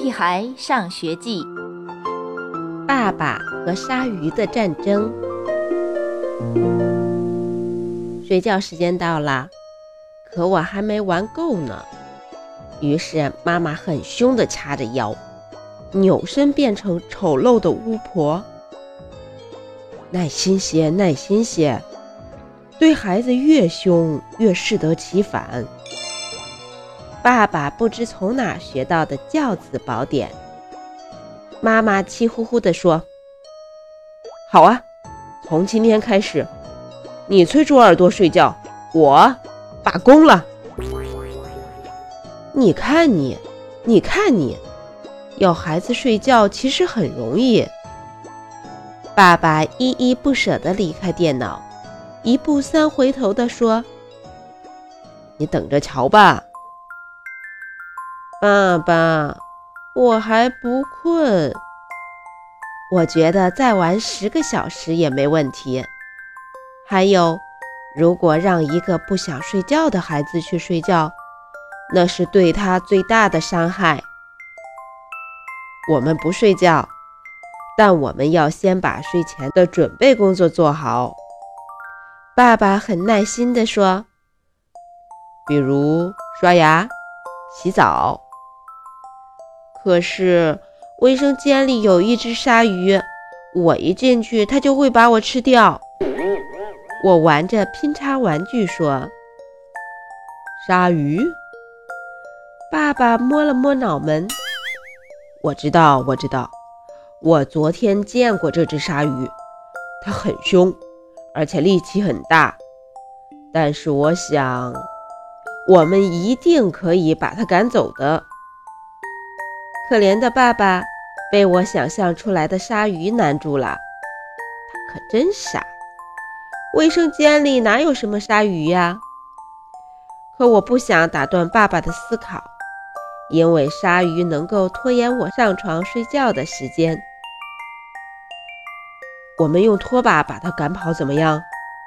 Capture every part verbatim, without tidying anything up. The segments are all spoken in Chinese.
屁孩上学记》， 爸爸和鲨鱼的战争。睡觉时间到了，可我还没玩够呢。于是妈妈很凶地掐着腰，扭身变成丑陋的巫婆。耐心些，耐心些，对孩子越凶越适得其反。爸爸不知从哪学到的教子宝典。妈妈气呼呼地说：好啊，从今天开始，你催住耳朵睡觉，我罢工了。你看你，你看你，要孩子睡觉其实很容易。爸爸依依不舍地离开电脑，一步三回头地说：你等着瞧吧。爸爸，我还不困，我觉得再玩十个小时也没问题。还有，如果让一个不想睡觉的孩子去睡觉，那是对他最大的伤害。我们不睡觉，但我们要先把睡前的准备工作做好。爸爸很耐心地说，比如刷牙、洗澡。可是卫生间里有一只鲨鱼，我一进去它就会把我吃掉。我玩着拼插玩具说。鲨鱼？爸爸摸了摸脑门。我知道，我知道，我昨天见过这只鲨鱼，它很凶，而且力气很大。但是我想，我们一定可以把它赶走的。可怜的爸爸被我想象出来的鲨鱼难住了，他可真傻。卫生间里哪有什么鲨鱼呀？可我不想打断爸爸的思考，因为鲨鱼能够拖延我上床睡觉的时间。我们用拖把把它赶跑怎么样？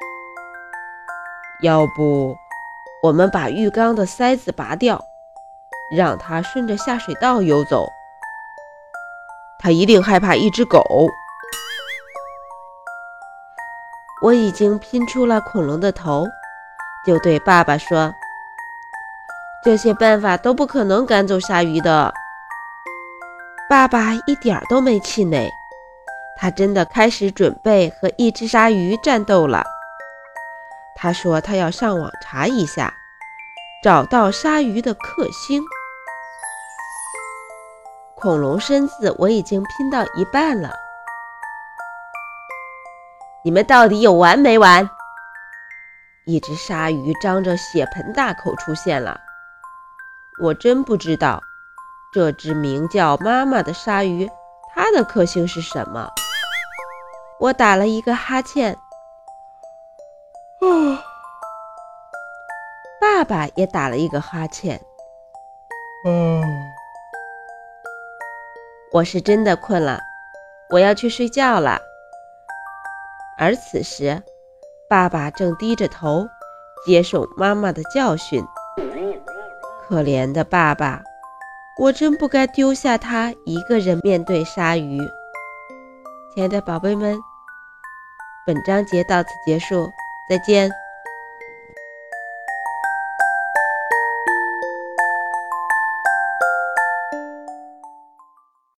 要不我们把浴缸的塞子拔掉，让它顺着下水道游走。它一定害怕一只狗。我已经拼出了恐龙的头，就对爸爸说，这些办法都不可能赶走鲨鱼的。爸爸一点都没气馁，他真的开始准备和一只鲨鱼战斗了。他说他要上网查一下，找到鲨鱼的克星。恐龙身子我已经拼到一半了。你们到底有完没完？一只鲨鱼张着血盆大口出现了。我真不知道这只名叫妈妈的鲨鱼，它的克星是什么。我打了一个哈欠。爸爸也打了一个哈欠。我是真的困了，我要去睡觉了。而此时，爸爸正低着头接受妈妈的教训。可怜的爸爸，我真不该丢下他一个人面对鲨鱼。亲爱的宝贝们，本章节到此结束，再见。